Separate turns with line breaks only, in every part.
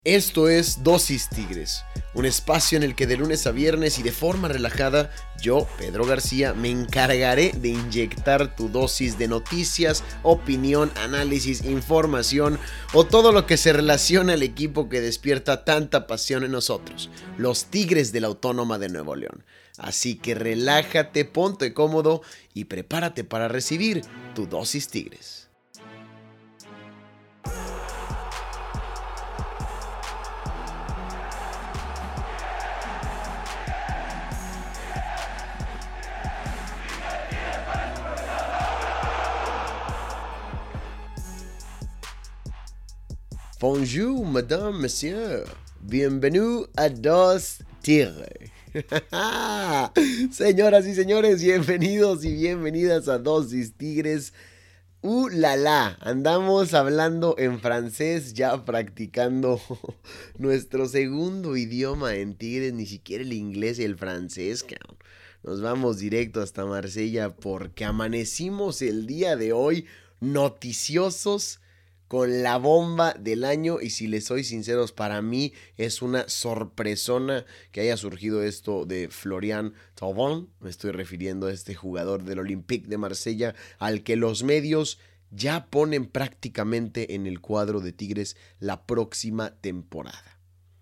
Esto es Dosis Tigres, un espacio en el que de lunes a viernes y de forma relajada, yo, Pedro García, me encargaré de inyectar tu dosis de noticias, opinión, análisis, información o todo lo que se relaciona al equipo que despierta tanta pasión en nosotros, los Tigres de la Autónoma de Nuevo León. Así que relájate, ponte cómodo y prepárate para recibir tu Dosis Tigres. Bonjour, madame, monsieur. Bienvenue a Dos Tigres. Señoras y señores, bienvenidos y bienvenidas a Dosis Tigres. La la, andamos hablando en francés, ya practicando nuestro segundo idioma en Tigres, ni siquiera el inglés y el francés, cabrón. Nos vamos directo hasta Marsella porque amanecimos el día de hoy noticiosos con la bomba del año y si les soy sinceros, para mí es una sorpresona que haya surgido esto de Florian Thauvin. Me estoy refiriendo a este jugador del Olympique de Marsella al que los medios ya ponen prácticamente en el cuadro de Tigres la próxima temporada.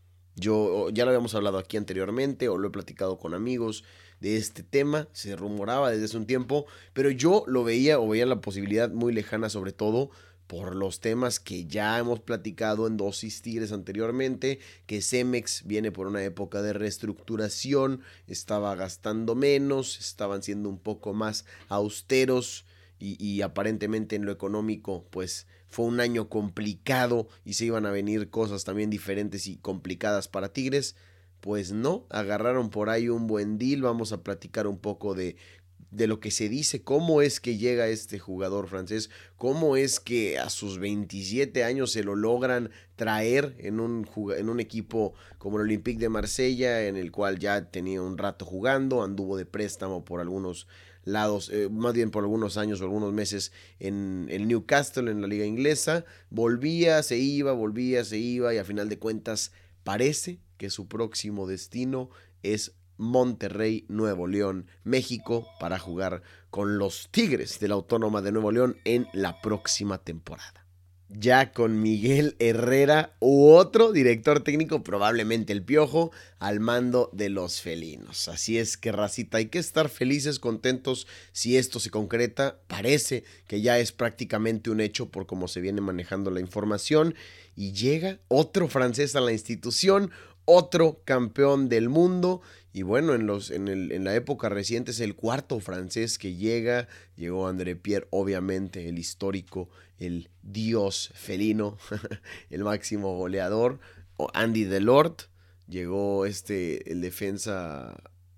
Yo ya lo habíamos hablado aquí anteriormente o lo he platicado con amigos de este tema, se rumoraba desde hace un tiempo, pero yo lo veía o veía la posibilidad muy lejana, sobre todo por los temas que ya hemos platicado en Dosis Tigres anteriormente, que Cemex viene por una época de reestructuración, estaba gastando menos, estaban siendo un poco más austeros y aparentemente en lo económico pues fue un año complicado y se iban a venir cosas también diferentes y complicadas para Tigres. Pues no, agarraron por ahí un buen deal, vamos a platicar un poco de lo que se dice, cómo es que llega este jugador francés, cómo es que a sus 27 años se lo logran traer en un equipo como el Olympique de Marsella, en el cual ya tenía un rato jugando, anduvo de préstamo por algunos lados, más bien por algunos años o algunos meses en el Newcastle, en la liga inglesa, volvía, se iba y a final de cuentas parece que su próximo destino es Monterrey, Nuevo León, México, para jugar con los Tigres de la Autónoma de Nuevo León en la próxima temporada. Ya con Miguel Herrera u otro director técnico, probablemente el Piojo, al mando de los felinos. Así es que, racita, hay que estar felices, contentos si esto se concreta. Parece que ya es prácticamente un hecho por cómo se viene manejando la información. Y llega otro francés a la institución, otro campeón del mundo. Y bueno, en la época reciente es el cuarto francés que llega. Llegó André Pierre, obviamente, el histórico, el dios felino, el máximo goleador. Andy Delort. Llegó el defensa,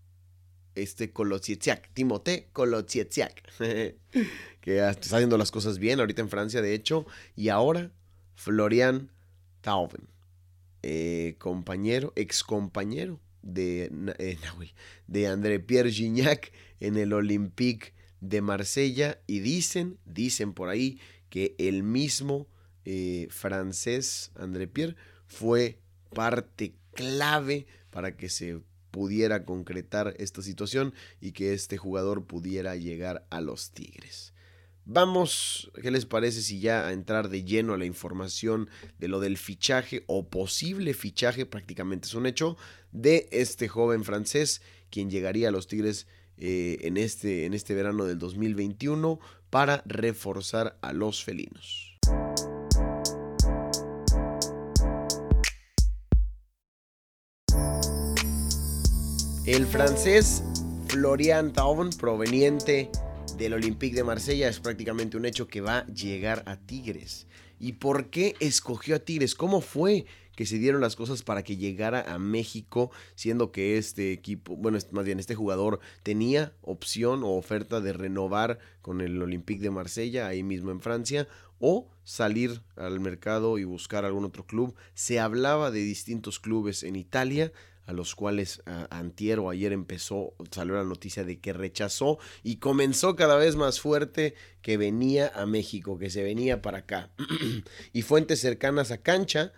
Kolodziejczak, Timothée Kolodziejczak, que está haciendo las cosas bien ahorita en Francia, de hecho. Y ahora, Florian Thauvin, ex compañero de André Pierre Gignac en el Olympique de Marsella, y dicen por ahí que el mismo francés André Pierre fue parte clave para que se pudiera concretar esta situación y que este jugador pudiera llegar a los Tigres. Vamos, ¿qué les parece si ya a entrar de lleno a la información de lo del fichaje o posible fichaje, prácticamente es un hecho, de este joven francés, quien llegaría a los Tigres en este verano del 2021 para reforzar a los felinos? El francés Florian Thauvin, proveniente del Olympique de Marsella, es prácticamente un hecho que va a llegar a Tigres. ¿Y por qué escogió a Tigres? ¿Cómo fue que se dieron las cosas para que llegara a México, siendo que este equipo, bueno, más bien este jugador tenía opción o oferta de renovar con el Olympique de Marsella, ahí mismo en Francia, o salir al mercado y buscar algún otro club? Se hablaba de distintos clubes en Italia, a los cuales antier o ayer salió la noticia de que rechazó, y comenzó cada vez más fuerte que venía a México, que se venía para acá. Y fuentes cercanas a cancha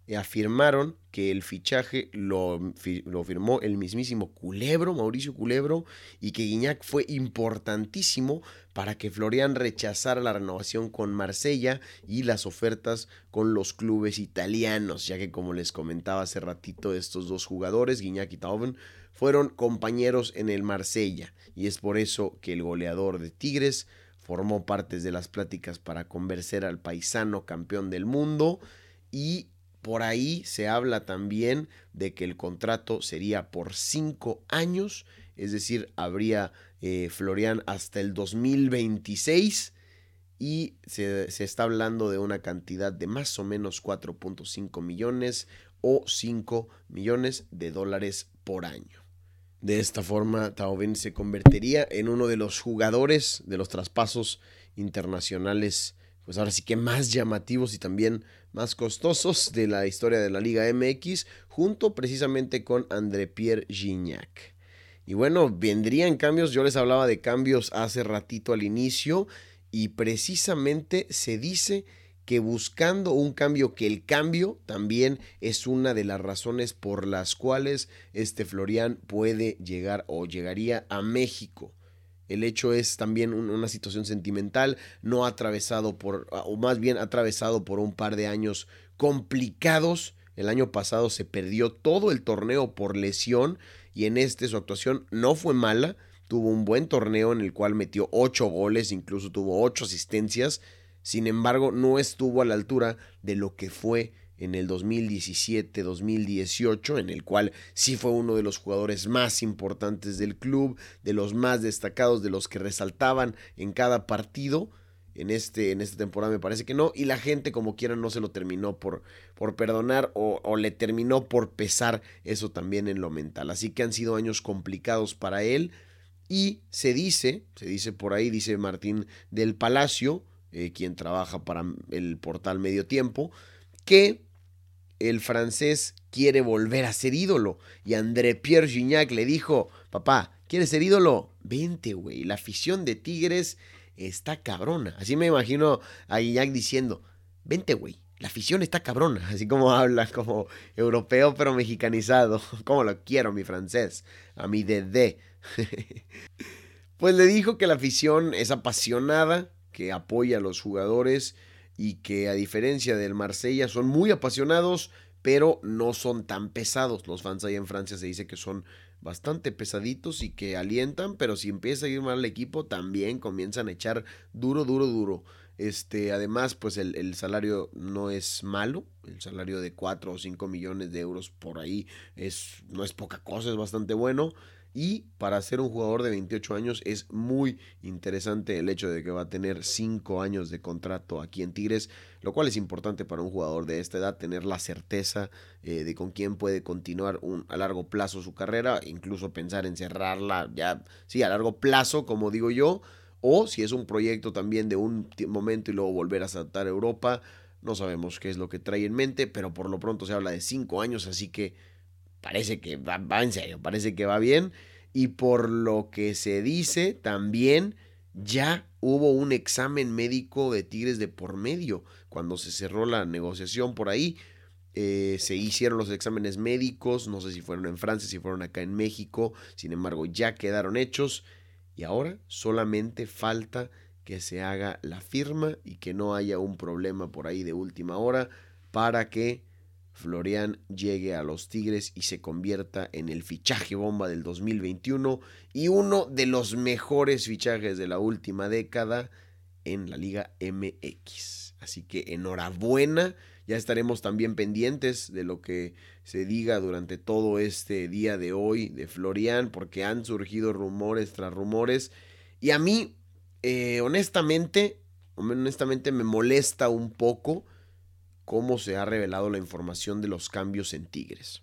afirmaron que el fichaje lo firmó el mismísimo Culebro, Mauricio Culebro, y que Gignac fue importantísimo para que Florian rechazara la renovación con Marsella y las ofertas con los clubes italianos, ya que, como les comentaba hace ratito, estos dos jugadores, Gignac y Thauvin, fueron compañeros en el Marsella, y es por eso que el goleador de Tigres formó parte de las pláticas para convencer al paisano campeón del mundo. Y por ahí se habla también de que el contrato sería por 5 años, es decir, habría Florian hasta el 2026, y se está hablando de una cantidad de más o menos 4.5 millones o 5 millones de dólares por año. De esta forma, Thauvin se convertiría en uno de los jugadores de los traspasos internacionales, pues ahora sí que más llamativos y también más costosos de la historia de la Liga MX, junto precisamente con André-Pierre Gignac. Y bueno, vendrían cambios, yo les hablaba de cambios hace ratito al inicio, y precisamente se dice que buscando un cambio, que el cambio también es una de las razones por las cuales Florian puede llegar o llegaría a México. El hecho es también una situación sentimental, no atravesado por, o más bien atravesado por un par de años complicados. El año pasado se perdió todo el torneo por lesión, y en su actuación no fue mala. Tuvo un buen torneo en el cual metió 8 goles, incluso tuvo 8 asistencias. Sin embargo, no estuvo a la altura de lo que fue en el 2017-2018, en el cual sí fue uno de los jugadores más importantes del club, de los más destacados, de los que resaltaban en cada partido. En esta temporada me parece que no, y la gente como quiera no se lo terminó por perdonar, o le terminó por pesar eso también en lo mental. Así que han sido años complicados para él, y se dice por ahí, dice Martín del Palacio, quien trabaja para el portal Medio Tiempo, que el francés quiere volver a ser ídolo. Y André-Pierre Gignac le dijo: papá, ¿quieres ser ídolo? Vente, güey. La afición de Tigres está cabrona. Así me imagino a Gignac diciendo: vente, güey. La afición está cabrona. Así como habla, como europeo pero mexicanizado. Como lo quiero, mi francés. A mi Dedé. Pues le dijo que la afición es apasionada, que apoya a los jugadores, y que a diferencia del Marsella son muy apasionados, pero no son tan pesados. Los fans ahí en Francia se dice que son bastante pesaditos y que alientan, pero si empieza a ir mal el equipo también comienzan a echar duro, duro, duro. Además, pues el salario no es malo, el salario de 4 o 5 millones de euros por ahí no es poca cosa, es bastante bueno. Y para ser un jugador de 28 años es muy interesante el hecho de que va a tener 5 años de contrato aquí en Tigres, lo cual es importante para un jugador de esta edad, tener la certeza de con quién puede continuar a largo plazo su carrera, incluso pensar en cerrarla ya, sí, a largo plazo, como digo yo, o si es un proyecto también de un momento y luego volver a saltar a Europa. No sabemos qué es lo que trae en mente, pero por lo pronto se habla de 5 años, así que parece que va en serio, parece que va bien. Y por lo que se dice, también ya hubo un examen médico de Tigres de por medio. Cuando se cerró la negociación por ahí, se hicieron los exámenes médicos. No sé si fueron en Francia, si fueron acá en México. Sin embargo, ya quedaron hechos. Y ahora solamente falta que se haga la firma y que no haya un problema por ahí de última hora para que Florian llegue a los Tigres y se convierta en el fichaje bomba del 2021 y uno de los mejores fichajes de la última década en la Liga MX. Así que enhorabuena, ya estaremos también pendientes de lo que se diga durante todo este día de hoy de Florian, porque han surgido rumores tras rumores, y a mí honestamente me molesta un poco cómo se ha revelado la información de los cambios en Tigres.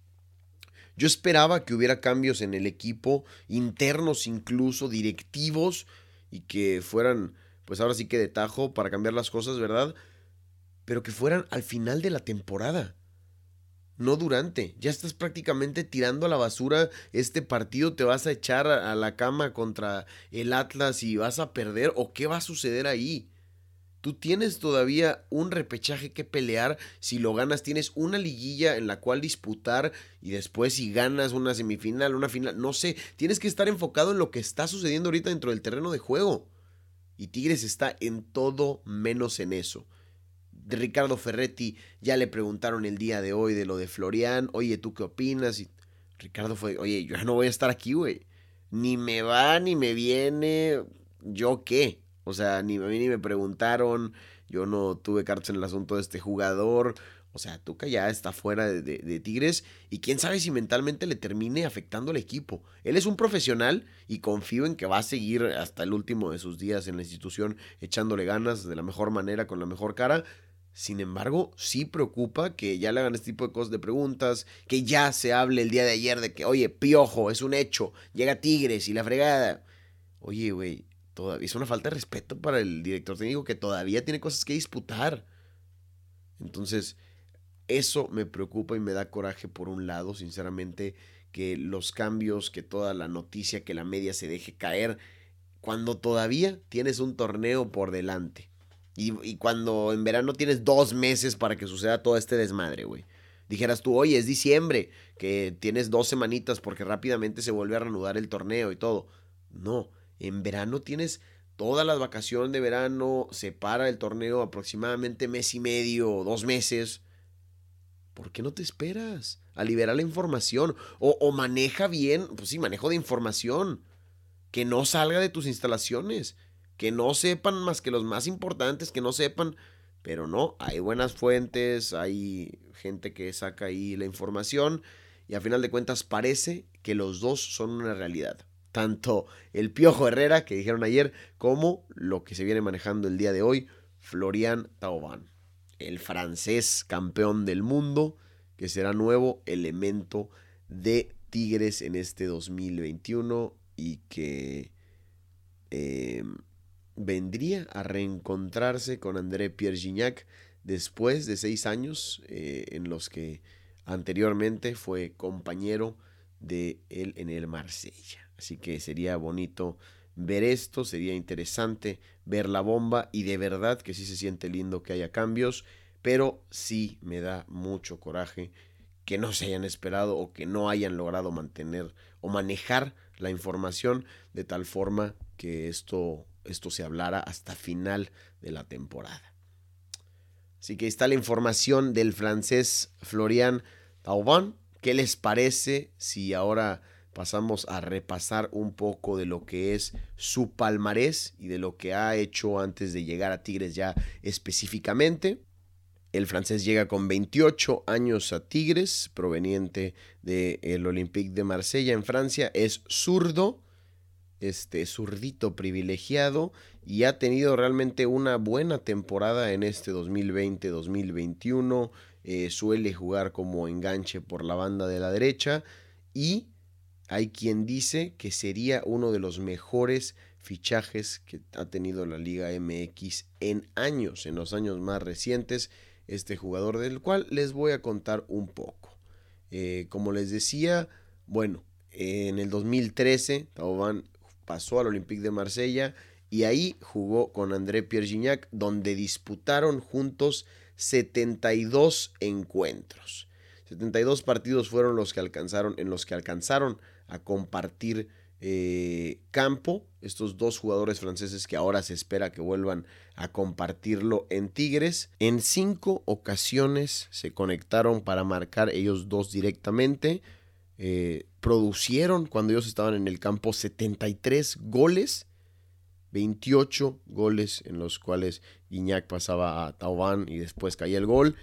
Yo esperaba que hubiera cambios en el equipo, internos incluso, directivos, y que fueran, pues ahora sí que de tajo para cambiar las cosas, ¿verdad? Pero que fueran al final de la temporada, no durante. Ya estás prácticamente tirando a la basura este partido, te vas a echar a la cama contra el Atlas y vas a perder, ¿o qué va a suceder ahí? Tú tienes todavía un repechaje que pelear. Si lo ganas, tienes una liguilla en la cual disputar. Y después, si ganas una semifinal, una final, no sé. Tienes que estar enfocado en lo que está sucediendo ahorita dentro del terreno de juego. Y Tigres está en todo menos en eso. De Ricardo Ferretti ya le preguntaron el día de hoy de lo de Florian. Oye, ¿tú qué opinas? Y Ricardo fue, oye, yo ya no voy a estar aquí, güey. Ni me va, ni me viene. ¿Yo qué? O sea, ni a mí ni me preguntaron. Yo no tuve cartas en el asunto de este jugador. O sea, Tuca ya está fuera de Tigres. Y quién sabe si mentalmente le termine afectando al equipo. Él es un profesional y confío en que va a seguir hasta el último de sus días en la institución, echándole ganas de la mejor manera, con la mejor cara. Sin embargo, sí preocupa que ya le hagan este tipo de cosas, de preguntas, que ya se hable el día de ayer de que, oye, Piojo, es un hecho, llega Tigres y la fregada. Oye, güey, todavía es una falta de respeto para el director técnico que todavía tiene cosas que disputar. Entonces, eso me preocupa y me da coraje por un lado, sinceramente, que los cambios, que toda la noticia, que la media se deje caer cuando todavía tienes un torneo por delante. Y cuando en verano tienes 2 meses para que suceda todo este desmadre, güey. Dijeras tú, oye, es diciembre, que tienes 2 semanitas porque rápidamente se vuelve a reanudar el torneo y todo. No, en verano tienes todas las vacaciones de verano, se para el torneo aproximadamente mes y medio o 2 meses. ¿Por qué no te esperas a liberar la información? O maneja bien, pues sí, manejo de información que no salga de tus instalaciones, que no sepan más que los más importantes, que no sepan, pero no, hay buenas fuentes, hay gente que saca ahí la información y a final de cuentas parece que los dos son una realidad. Tanto el Piojo Herrera, que dijeron ayer, como lo que se viene manejando el día de hoy, Florian Thauvin, el francés campeón del mundo, que será nuevo elemento de Tigres en este 2021 y que eh, vendría a reencontrarse con André Pierre Gignac después de 6 años en los que anteriormente fue compañero de él en el Marsella. Así que sería bonito ver esto, sería interesante ver la bomba y de verdad que sí se siente lindo que haya cambios, pero sí me da mucho coraje que no se hayan esperado o que no hayan logrado mantener o manejar la información de tal forma que esto se hablara hasta final de la temporada. Así que ahí está la información del francés Florian Thauvin. ¿Qué les parece si ahora pasamos a repasar un poco de lo que es su palmarés y de lo que ha hecho antes de llegar a Tigres ya específicamente? El francés llega con 28 años a Tigres, proveniente del Olympique de Marsella en Francia. Es zurdo, zurdito privilegiado, y ha tenido realmente una buena temporada en este 2020-2021. Suele jugar como enganche por la banda de la derecha y hay quien dice que sería uno de los mejores fichajes que ha tenido la Liga MX en años, en los años más recientes, este jugador del cual les voy a contar un poco. Como les decía, bueno, en el 2013 Thauvin pasó al Olympique de Marsella y ahí jugó con André Pierre Gignac, donde disputaron juntos 72 encuentros. 72 partidos fueron los que alcanzaron a compartir campo. Estos dos jugadores franceses que ahora se espera que vuelvan a compartirlo en Tigres. En 5 ocasiones se conectaron para marcar ellos dos directamente. Producieron cuando ellos estaban en el campo 73 goles, 28 goles en los cuales Gignac pasaba a Thauvin y después caía el gol,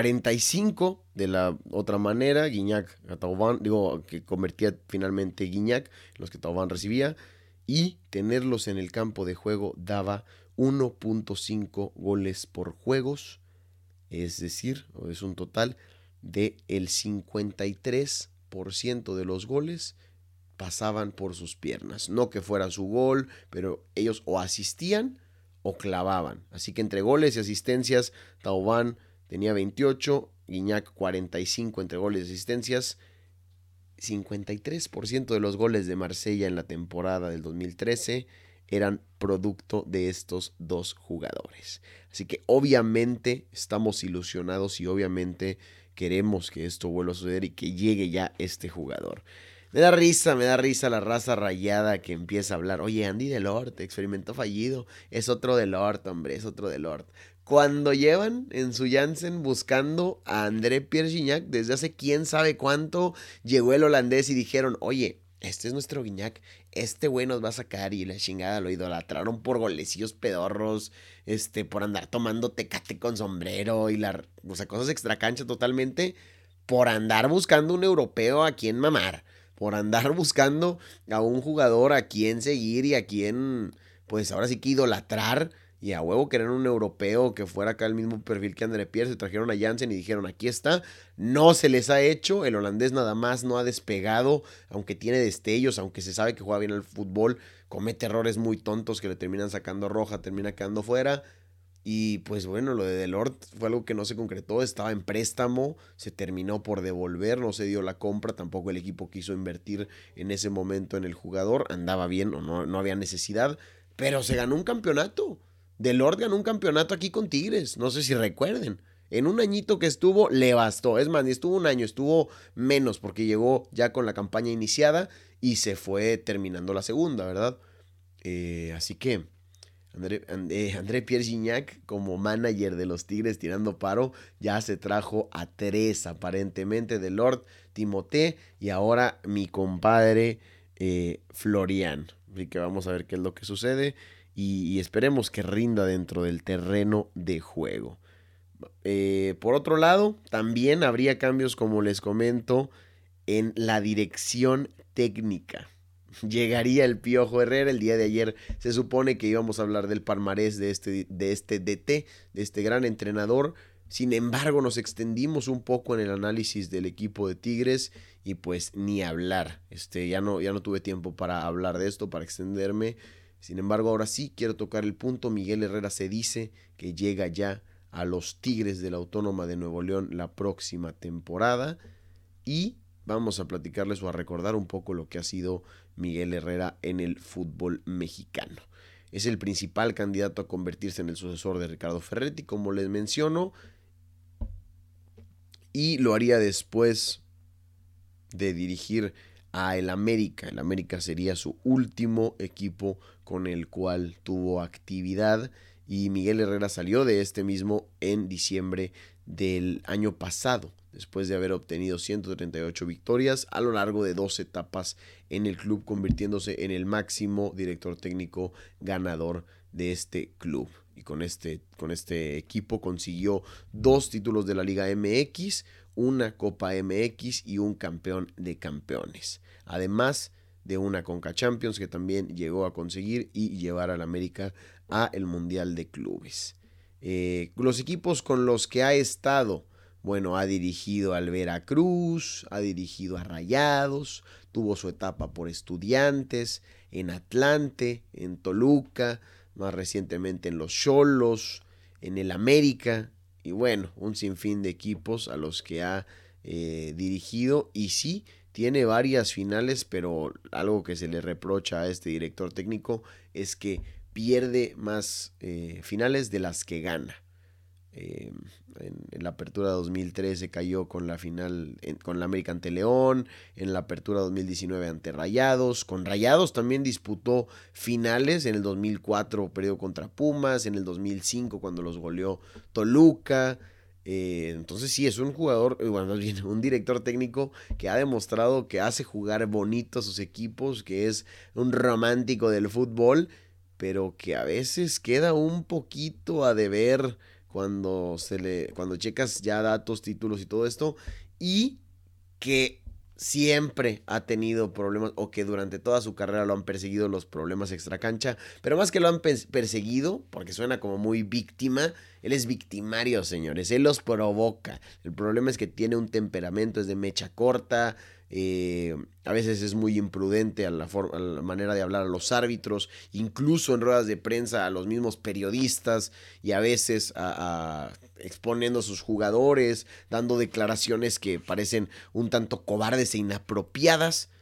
45 de la otra manera, Gignac a Thauvin, que convertía finalmente Gignac, los que Thauvin recibía, y tenerlos en el campo de juego daba 1.5 goles por juegos, es decir, es un total de el 53% de los goles pasaban por sus piernas. No que fuera su gol, pero ellos o asistían o clavaban. Así que entre goles y asistencias, Thauvin tenía 28, Gignac 45 entre goles y asistencias. 53% de los goles de Marsella en la temporada del 2013 eran producto de estos dos jugadores. Así que obviamente estamos ilusionados y obviamente queremos que esto vuelva a suceder y que llegue ya este jugador. Me da risa la raza rayada que empieza a hablar. Oye, Andy Delort, experimento fallido. Es otro Delort, hombre, es otro Delort. Cuando llevan en su Janssen buscando a André Pierre Gignac desde hace quién sabe cuánto, llegó el holandés y dijeron, oye, este es nuestro Gignac, este güey nos va a sacar, y la chingada lo idolatraron por golecillos pedorros, por andar tomando tecate con sombrero y o sea, cosas extracancha totalmente, por andar buscando un europeo a quien mamar, por andar buscando a un jugador a quien seguir y a quien, pues ahora sí que idolatrar. Y a huevo querer un europeo que fuera acá el mismo perfil que André Pierre. Se trajeron a Janssen y dijeron, aquí está. No se les ha hecho. El holandés nada más no ha despegado. Aunque tiene destellos, aunque se sabe que juega bien al fútbol, comete errores muy tontos que le terminan sacando roja, termina quedando fuera. Y pues bueno, lo de Delort fue algo que no se concretó. Estaba en préstamo, se terminó por devolver, no se dio la compra. Tampoco el equipo quiso invertir en ese momento en el jugador. Andaba bien o no había necesidad. Pero se ganó un campeonato. Delort ganó un campeonato aquí con Tigres, no sé si recuerden. En un añito que estuvo, le bastó. Es más, ni estuvo un año, estuvo menos porque llegó ya con la campaña iniciada y se fue terminando la segunda, ¿verdad? Así que André Pierre Gignac como manager de los Tigres tirando paro, ya se trajo a tres aparentemente, Delort, Timothée y ahora mi compadre Florian. Así que vamos a ver qué es lo que sucede y esperemos que rinda dentro del terreno de juego. Por otro lado, también habría cambios, como les comento, en la dirección técnica. Llegaría el Piojo Herrera. El día de ayer se supone que íbamos a hablar del palmarés de este DT, de este gran entrenador. Sin embargo, nos extendimos un poco en el análisis del equipo de Tigres y pues ni hablar. Ya no tuve tiempo para hablar de esto, para extenderme. Sin embargo, ahora sí quiero tocar el punto. Miguel Herrera se dice que llega ya a los Tigres de la Autónoma de Nuevo León la próxima temporada y vamos a platicarles o a recordar un poco lo que ha sido Miguel Herrera en el fútbol mexicano. Es el principal candidato a convertirse en el sucesor de Ricardo Ferretti, como les menciono, y lo haría después de dirigir a el América. El América sería su último equipo con el cual tuvo actividad y Miguel Herrera salió de este mismo en diciembre del año pasado, después de haber obtenido 138 victorias a lo largo de 2 etapas en el club, convirtiéndose en el máximo director técnico ganador de este club. Y con este equipo consiguió 2 títulos de la Liga MX, una Copa MX y un campeón de campeones. Además de una Conca Champions que también llegó a conseguir y llevar al América a el Mundial de Clubes. Los equipos con los que ha estado, bueno, ha dirigido al Veracruz, ha dirigido a Rayados, tuvo su etapa por Estudiantes, en Atlante, en Toluca, más recientemente en los Xolos, en el América, y bueno, un sinfín de equipos a los que ha dirigido, y sí, tiene varias finales, pero algo que se le reprocha a este director técnico es que pierde más finales de las que gana. En la apertura 2013 cayó con la final con la América ante León, en la apertura 2019 ante Rayados, con Rayados también disputó finales, en el 2004 perdió contra Pumas, en el 2005 cuando los goleó Toluca. Entonces sí, es un jugador, bueno, un director técnico que ha demostrado que hace jugar bonito a sus equipos, que es un romántico del fútbol, pero que a veces queda un poquito a deber cuando checas ya datos, títulos y todo esto, y que siempre ha tenido problemas o que durante toda su carrera lo han perseguido los problemas extracancha, pero más que lo han perseguido, porque suena como muy víctima, él es victimario, señores, él los provoca. El problema es que tiene un temperamento, es de mecha corta, a veces es muy imprudente a la manera de hablar a los árbitros, incluso en ruedas de prensa a los mismos periodistas y a veces exponiendo a sus jugadores, dando declaraciones que parecen un tanto cobardes e inapropiadas.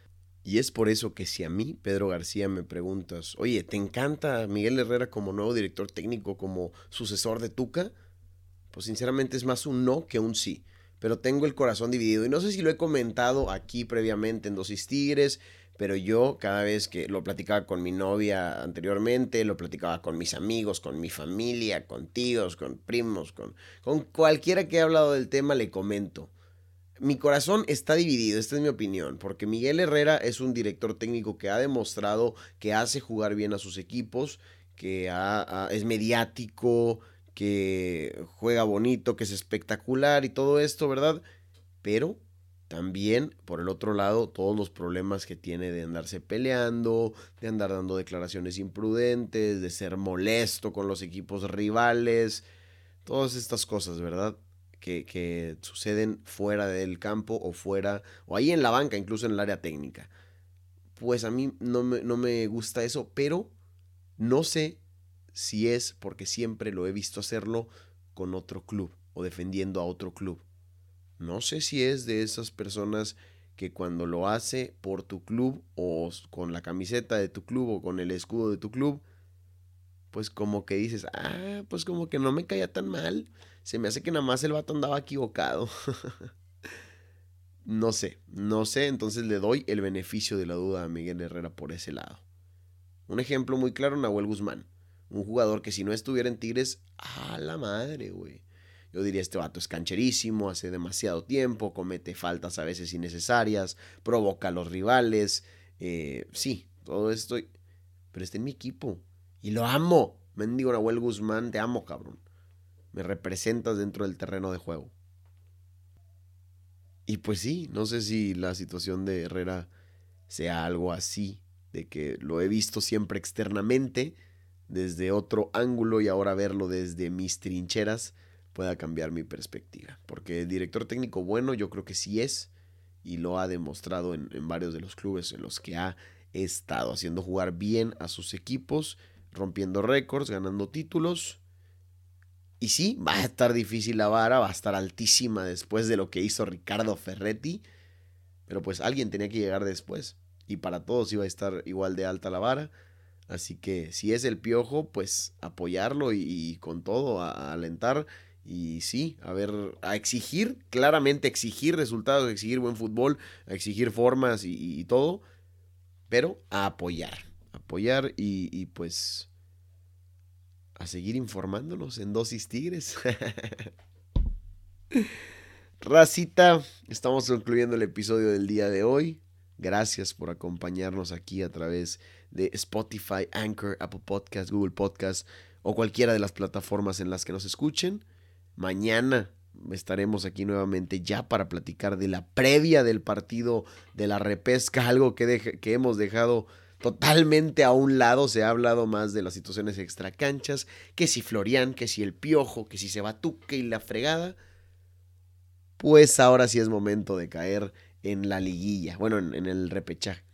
Y es por eso que si a mí, Pedro García, me preguntas, oye, ¿te encanta Miguel Herrera como nuevo director técnico, como sucesor de Tuca? Pues sinceramente es más un no que un sí. Pero tengo el corazón dividido. Y no sé si lo he comentado aquí previamente en Dosis Tigres, pero yo cada vez que lo platicaba con mi novia anteriormente, lo platicaba con mis amigos, con mi familia, con tíos, con primos, con cualquiera que haya hablado del tema, le comento. Mi corazón está dividido, esta es mi opinión, porque Miguel Herrera es un director técnico que ha demostrado que hace jugar bien a sus equipos, que es mediático, que juega bonito, que es espectacular y todo esto, ¿verdad? Pero también, por el otro lado, todos los problemas que tiene de andarse peleando, de andar dando declaraciones imprudentes, de ser molesto con los equipos rivales, todas estas cosas, ¿verdad? Que suceden fuera del campo o fuera, o ahí en la banca, incluso en el área técnica. Pues a mí no me gusta eso, pero no sé si es porque siempre lo he visto hacerlo con otro club o defendiendo a otro club. No sé si es de esas personas que cuando lo hace por tu club o con la camiseta de tu club o con el escudo de tu club, pues como que dices, pues como que no me caía tan mal. Se me hace que nada más el vato andaba equivocado. No sé, entonces le doy el beneficio de la duda a Miguel Herrera por ese lado. Un ejemplo muy claro, Nahuel Guzmán. Un jugador que si no estuviera en Tigres, ¡a la madre, güey! Yo diría, este vato es cancherísimo, hace demasiado tiempo, comete faltas a veces innecesarias, provoca a los rivales. Sí, todo esto. Pero está en mi equipo. Y lo amo. Mendigo Nahuel Guzmán, te amo, cabrón. Me representas dentro del terreno de juego. Y pues sí, no sé si la situación de Herrera sea algo así, de que lo he visto siempre externamente, desde otro ángulo y ahora verlo desde mis trincheras pueda cambiar mi perspectiva. Porque el director técnico bueno yo creo que sí es y lo ha demostrado en varios de los clubes en los que ha estado, haciendo jugar bien a sus equipos, rompiendo récords, ganando títulos. Y sí, va a estar difícil la vara, va a estar altísima después de lo que hizo Ricardo Ferretti, pero pues alguien tenía que llegar después y para todos iba a estar igual de alta la vara. Así que si es el Piojo, pues apoyarlo y con todo, a alentar y sí, a ver, a exigir, claramente exigir resultados, exigir buen fútbol, a exigir formas y todo, pero a apoyar y pues a seguir informándonos en Dosis Tigres. Racita, estamos concluyendo el episodio del día de hoy. Gracias por acompañarnos aquí a través de Spotify, Anchor, Apple Podcast, Google Podcast o cualquiera de las plataformas en las que nos escuchen. Mañana estaremos aquí nuevamente ya para platicar de la previa del partido de la repesca, algo que hemos dejado totalmente a un lado. Se ha hablado más de las situaciones extracanchas, que si Florian, que si el Piojo, que si se va Tuca y la fregada. Pues ahora sí es momento de caer en la liguilla, bueno, en el repechaje.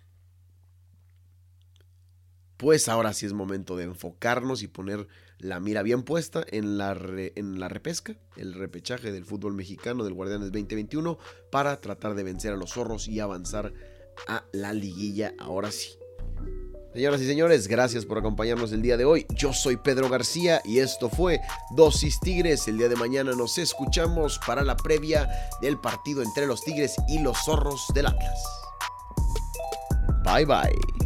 Pues ahora sí es momento de enfocarnos y poner la mira bien puesta en la repesca, el repechaje del fútbol mexicano del Guardianes 2021 para tratar de vencer a los zorros y avanzar a la liguilla ahora sí. Señoras y señores, gracias por acompañarnos el día de hoy. Yo soy Pedro García y esto fue Dosis Tigres. El día de mañana nos escuchamos para la previa del partido entre los Tigres y los Zorros del Atlas. Bye bye.